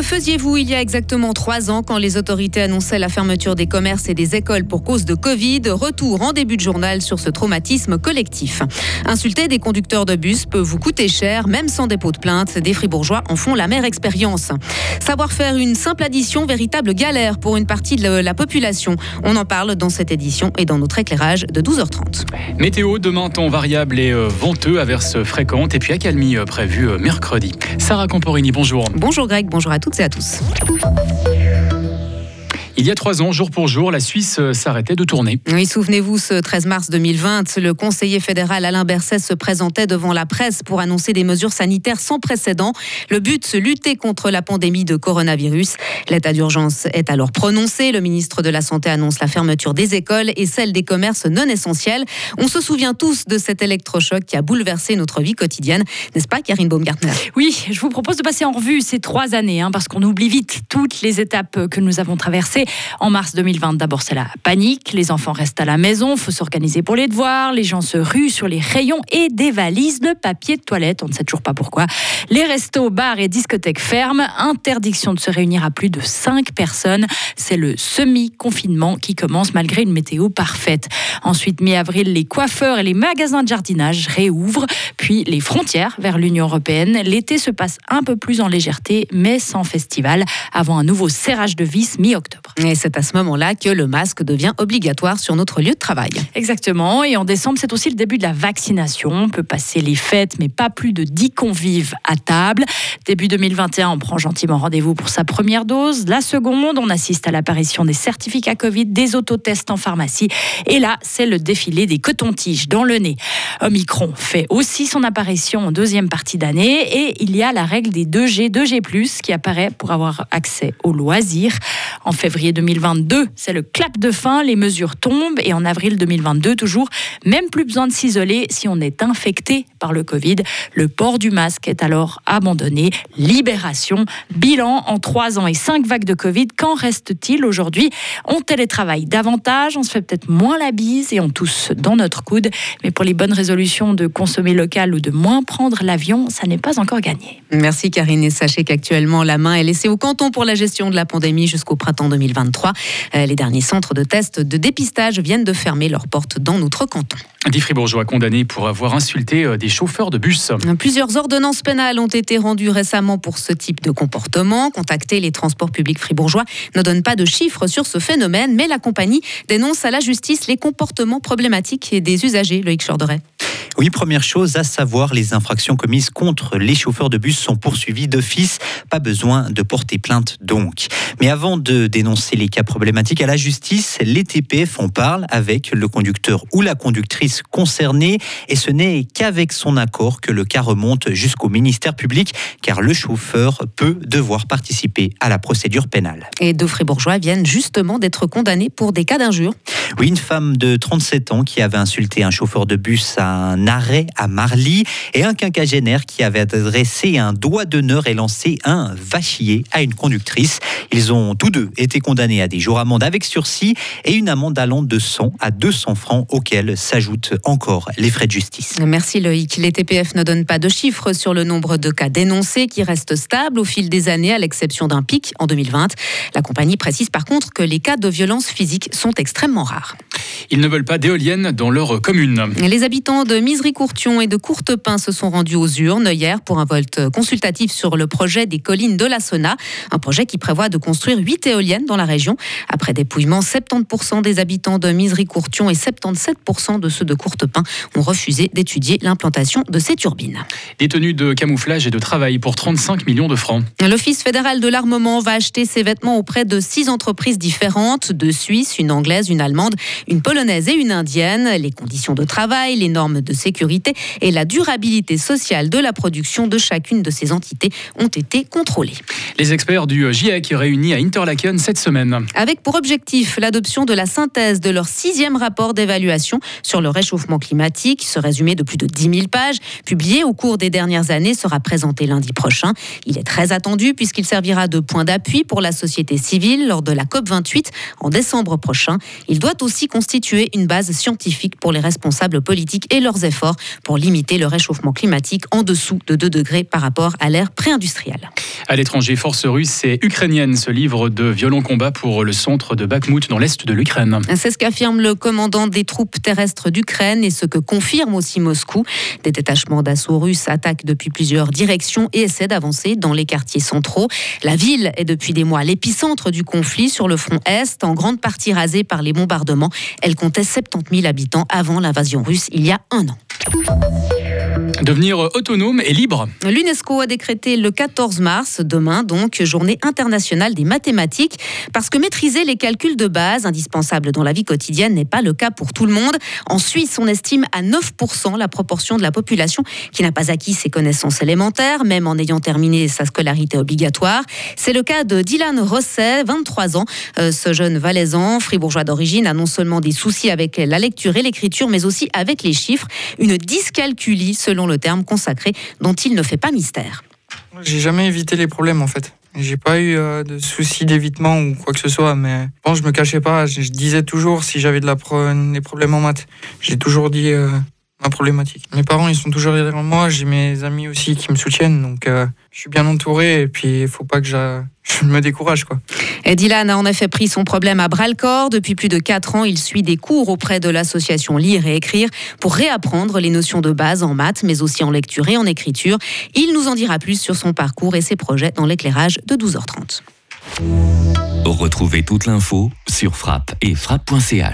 faisiez-vous il y a exactement 3 ans quand les autorités annonçaient la fermeture des commerces et des écoles pour cause de Covid? Retour en début de journal sur ce traumatisme collectif. Insulter des conducteurs de bus peut vous coûter cher, même sans dépôt de plainte. Des Fribourgeois en font l'amère expérience. Savoir faire une simple addition, véritable galère pour une partie de la population. On en parle dans cette édition et dans notre éclairage de 12h30. Météo, demain, temps variable et venteux, averses fréquentes et puis accalmie prévue mercredi. Sarah Camporini, bonjour. Bonjour Greg, bonjour à toutes et à tous. Il y a 3 ans, jour pour jour, la Suisse s'arrêtait de tourner. Oui, souvenez-vous, ce 13 mars 2020, le conseiller fédéral Alain Berset se présentait devant la presse pour annoncer des mesures sanitaires sans précédent. Le but, lutter contre la pandémie de coronavirus. L'état d'urgence est alors prononcé. Le ministre de la Santé annonce la fermeture des écoles et celle des commerces non essentiels. On se souvient tous de cet électrochoc qui a bouleversé notre vie quotidienne. N'est-ce pas, Karine Baumgartner? Oui, je vous propose de passer en revue ces 3 années, parce qu'on oublie vite toutes les étapes que nous avons traversées. En mars 2020, d'abord, c'est la panique. Les enfants restent à la maison, il faut s'organiser pour les devoirs. Les gens se ruent sur les rayons et des valises de papier de toilette. On ne sait toujours pas pourquoi. Les restos, bars et discothèques ferment. Interdiction de se réunir à plus de 5 personnes. C'est le semi-confinement qui commence malgré une météo parfaite. Ensuite, mi-avril, les coiffeurs et les magasins de jardinage réouvrent. Puis les frontières vers l'Union européenne. L'été se passe un peu plus en légèreté, mais sans festival, avant un nouveau serrage de vis mi-octobre. Et c'est à ce moment-là que le masque devient obligatoire sur notre lieu de travail. Exactement. Et en décembre, c'est aussi le début de la vaccination. On peut passer les fêtes, mais pas plus de 10 convives à table. Début 2021, on prend gentiment rendez-vous pour sa première dose. La seconde, on assiste à l'apparition des certificats Covid, des autotests en pharmacie. Et là, c'est le défilé des cotons-tiges dans le nez. Omicron fait aussi son apparition en deuxième partie d'année. Et il y a la règle des 2G, 2G+, qui apparaît pour avoir accès aux loisirs. En février 2022, c'est le clap de fin, les mesures tombent et en avril 2022, toujours, même plus besoin de s'isoler si on est infecté par le Covid. Le port du masque est alors abandonné. Libération, bilan en 3 ans et 5 vagues de Covid. Qu'en reste-t-il aujourd'hui? On télétravaille davantage, on se fait peut-être moins la bise et on tousse dans notre coude. Mais pour les bonnes résolutions de consommer local ou de moins prendre l'avion, ça n'est pas encore gagné. Merci Karine, et sachez qu'actuellement la main est laissée au canton pour la gestion de la pandémie jusqu'au printemps 2023. Les derniers centres de tests de dépistage viennent de fermer leurs portes dans notre canton. 10 Fribourgeois condamnés pour avoir insulté des chauffeurs de bus. Plusieurs ordonnances pénales ont été rendues récemment pour ce type de comportement. Contacter les transports publics fribourgeois ne donne pas de chiffres sur ce phénomène, mais la compagnie dénonce à la justice les comportements problématiques des usagers. Loïc Chorderet. Oui, première chose à savoir, les infractions commises contre les chauffeurs de bus sont poursuivies d'office. Pas besoin de porter plainte donc. Mais avant de dénoncer les cas problématiques à la justice, les TPF en parlent avec le conducteur ou la conductrice concernée. Et ce n'est qu'avec son accord que le cas remonte jusqu'au ministère public, car le chauffeur peut devoir participer à la procédure pénale. Et 2 Fribourgeois viennent justement d'être condamnés pour des cas d'injures. Oui, une femme de 37 ans qui avait insulté un chauffeur de bus à un arrêt à Marly et un quinquagénaire qui avait adressé un doigt d'honneur et lancé un vachier à une conductrice. Ils ont tous deux été condamnés à des jours d'amende avec sursis et une amende allant de 100 à 200 francs auxquels s'ajoutent encore les frais de justice. Merci Loïc. Les TPF ne donnent pas de chiffres sur le nombre de cas dénoncés qui restent stables au fil des années à l'exception d'un pic en 2020. La compagnie précise par contre que les cas de violence physique sont extrêmement rares. Ils ne veulent pas d'éoliennes dans leur commune. Les habitants de Misery-Courtion et de Courtepin se sont rendus aux urnes hier pour un vote consultatif sur le projet des collines de la Sona. Un projet qui prévoit de construire 8 éoliennes dans la région. Après dépouillement, 70% des habitants de Misery-Courtion et 77% de ceux de Courtepin ont refusé d'étudier l'implantation de ces turbines. Des tenues de camouflage et de travail pour 35 millions de francs. L'Office fédéral de l'armement va acheter ses vêtements auprès de 6 entreprises différentes, 2 Suisses, une anglaise, une allemande, une polonaise et une indienne. Les conditions de travail, les normes de sécurité et la durabilité sociale de la production de chacune de ces entités ont été contrôlées. Les experts du GIEC réunis à Interlaken cette semaine. Avec pour objectif l'adoption de la synthèse de leur 6e rapport d'évaluation sur le réchauffement climatique. Ce résumé de plus de 10 000 pages, publié au cours des dernières années, sera présenté lundi prochain. Il est très attendu puisqu'il servira de point d'appui pour la société civile lors de la COP28 en décembre prochain. Il doit aussi constituer constituer une base scientifique pour les responsables politiques et leurs efforts pour limiter le réchauffement climatique en dessous de 2 degrés par rapport à l'ère pré-industrielle. À l'étranger, forces russes et ukrainiennes se livrent de violents combats pour le centre de Bakhmout dans l'est de l'Ukraine. C'est ce qu'affirme le commandant des troupes terrestres d'Ukraine et ce que confirme aussi Moscou. Des détachements d'assaut russes attaquent depuis plusieurs directions et essaient d'avancer dans les quartiers centraux. La ville est depuis des mois l'épicentre du conflit sur le front Est, en grande partie rasée par les bombardements. Elle comptait 70 000 habitants avant l'invasion russe il y a 1 an. Devenir autonome et libre. L'UNESCO a décrété le 14 mars, demain donc, journée internationale des mathématiques, parce que maîtriser les calculs de base indispensables dans la vie quotidienne n'est pas le cas pour tout le monde. En Suisse, on estime à 9% la proportion de la population qui n'a pas acquis ses connaissances élémentaires, même en ayant terminé sa scolarité obligatoire. C'est le cas de Dylan Rosset, 23 ans. Ce jeune Valaisan, fribourgeois d'origine, a non seulement des soucis avec la lecture et l'écriture, mais aussi avec les chiffres. Une dyscalculie, selon le terme consacré, dont il ne fait pas mystère. J'ai jamais évité les problèmes en fait. J'ai pas eu de soucis d'évitement ou quoi que ce soit, mais bon, je me cachais pas. Je disais toujours si j'avais des problèmes en maths. J'ai toujours dit ma problématique. Mes parents, ils sont toujours derrière moi. J'ai mes amis aussi qui me soutiennent, donc je suis bien entouré. Et puis, il faut pas que je me décourage, quoi. Et Dylan a en effet pris son problème à bras-le-corps. Depuis plus de 4 ans, il suit des cours auprès de l'association Lire et Écrire pour réapprendre les notions de base en maths, mais aussi en lecture et en écriture. Il nous en dira plus sur son parcours et ses projets dans l'éclairage de 12h30. Retrouvez toute l'info sur frappe et frappe.ch.